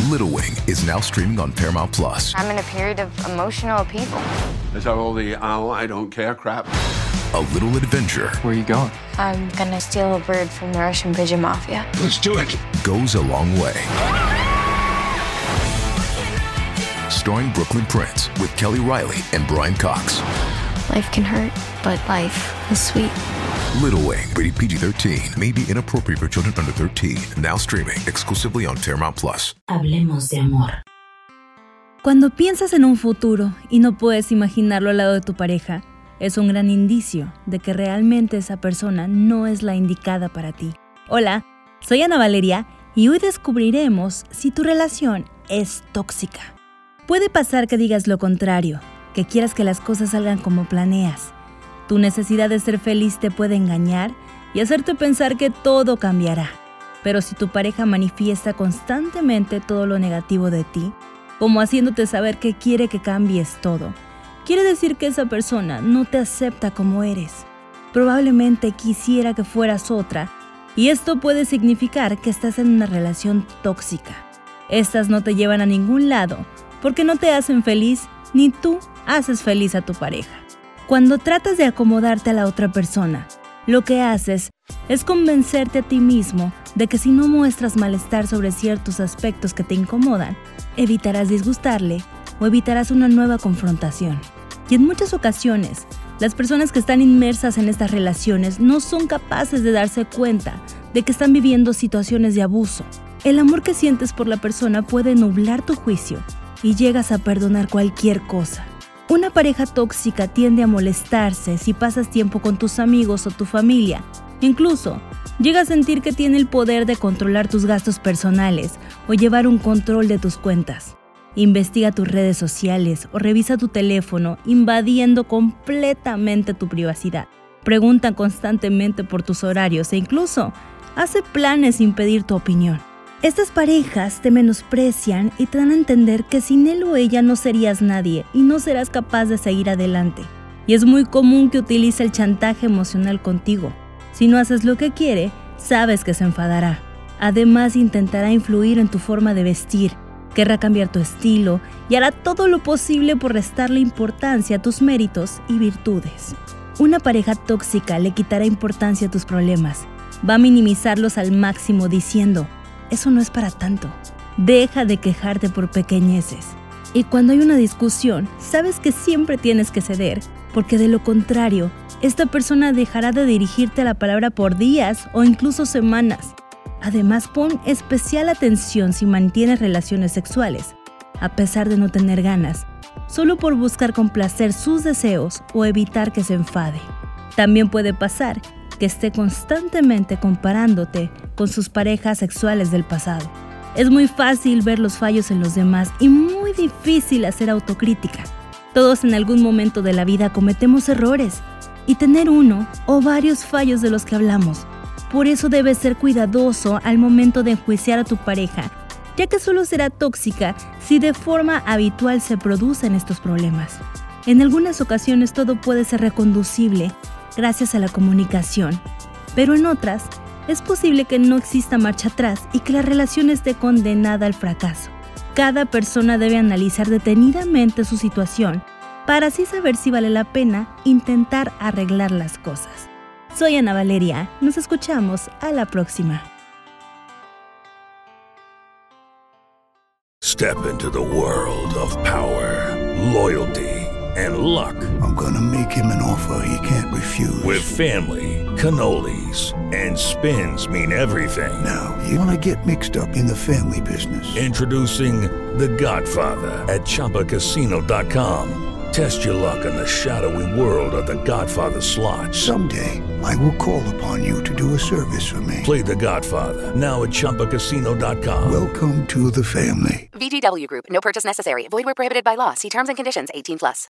Little Wing is now streaming on Paramount Plus. I'm in a period of emotional upheaval. Is that all the I don't care crap? A little adventure. Where are you going? I'm gonna steal a bird from the Russian pigeon mafia. Let's do it. Goes a long way. Starring Brooklyn Prince with Kelly Riley and Brian Cox. Life can hurt, but life is sweet. Little Wing, rated PG-13, may be inappropriate for children under 13. Now streaming exclusively on Paramount Plus. Hablemos de amor. Cuando piensas en un futuro y no puedes imaginarlo al lado de tu pareja, es un gran indicio de que realmente esa persona no es la indicada para ti. Hola, soy Ana Valeria y hoy descubriremos si tu relación es tóxica. Puede pasar que digas lo contrario, que quieras que las cosas salgan como planeas. Tu necesidad de ser feliz te puede engañar y hacerte pensar que todo cambiará. Pero si tu pareja manifiesta constantemente todo lo negativo de ti, como haciéndote saber que quiere que cambies todo, quiere decir que esa persona no te acepta como eres. Probablemente quisiera que fueras otra, y esto puede significar que estás en una relación tóxica. Estas no te llevan a ningún lado, porque no te hacen feliz, ni tú haces feliz a tu pareja. Cuando tratas de acomodarte a la otra persona, lo que haces es convencerte a ti mismo de que si no muestras malestar sobre ciertos aspectos que te incomodan, evitarás disgustarle o evitarás una nueva confrontación. Y en muchas ocasiones, las personas que están inmersas en estas relaciones no son capaces de darse cuenta de que están viviendo situaciones de abuso. El amor que sientes por la persona puede nublar tu juicio y llegas a perdonar cualquier cosa. Una pareja tóxica tiende a molestarse si pasas tiempo con tus amigos o tu familia. Incluso, llega a sentir que tiene el poder de controlar tus gastos personales o llevar un control de tus cuentas. Investiga tus redes sociales o revisa tu teléfono, invadiendo completamente tu privacidad. Pregunta constantemente por tus horarios e incluso hace planes sin pedir tu opinión. Estas parejas te menosprecian y te dan a entender que sin él o ella no serías nadie y no serás capaz de seguir adelante. Y es muy común que utilice el chantaje emocional contigo. Si no haces lo que quiere, sabes que se enfadará. Además, intentará influir en tu forma de vestir, querrá cambiar tu estilo y hará todo lo posible por restarle importancia a tus méritos y virtudes. Una pareja tóxica le quitará importancia a tus problemas. Va a minimizarlos al máximo diciendo: eso no es para tanto. Deja de quejarte por pequeñeces. Y cuando hay una discusión, sabes que siempre tienes que ceder, porque de lo contrario, esta persona dejará de dirigirte la palabra por días o incluso semanas. Además, pon especial atención si mantienes relaciones sexuales, a pesar de no tener ganas, solo por buscar complacer sus deseos o evitar que se enfade. También puede pasar que esté constantemente comparándote con sus parejas sexuales del pasado. Es muy fácil ver los fallos en los demás y muy difícil hacer autocrítica. Todos en algún momento de la vida cometemos errores y tener uno o varios fallos de los que hablamos. Por eso debes ser cuidadoso al momento de enjuiciar a tu pareja, ya que solo será tóxica si de forma habitual se producen estos problemas. En algunas ocasiones todo puede ser reconducible gracias a la comunicación, pero en otras es posible que no exista marcha atrás y que la relación esté condenada al fracaso. Cada persona debe analizar detenidamente su situación para así saber si vale la pena intentar arreglar las cosas. Soy Ana Valeria, nos escuchamos a la próxima. Step into the world of power, loyalty, and luck. I'm gonna make him an offer he can't refuse. With family, cannolis, and spins mean everything. Now, you wanna get mixed up in the family business. Introducing The Godfather at ChumbaCasino.com. Test your luck in the shadowy world of The Godfather slot. Someday, I will call upon you to do a service for me. Play The Godfather, now at ChumbaCasino.com. Welcome to the family. VGW Group. No purchase necessary. Void where prohibited by law. See terms and conditions. 18+.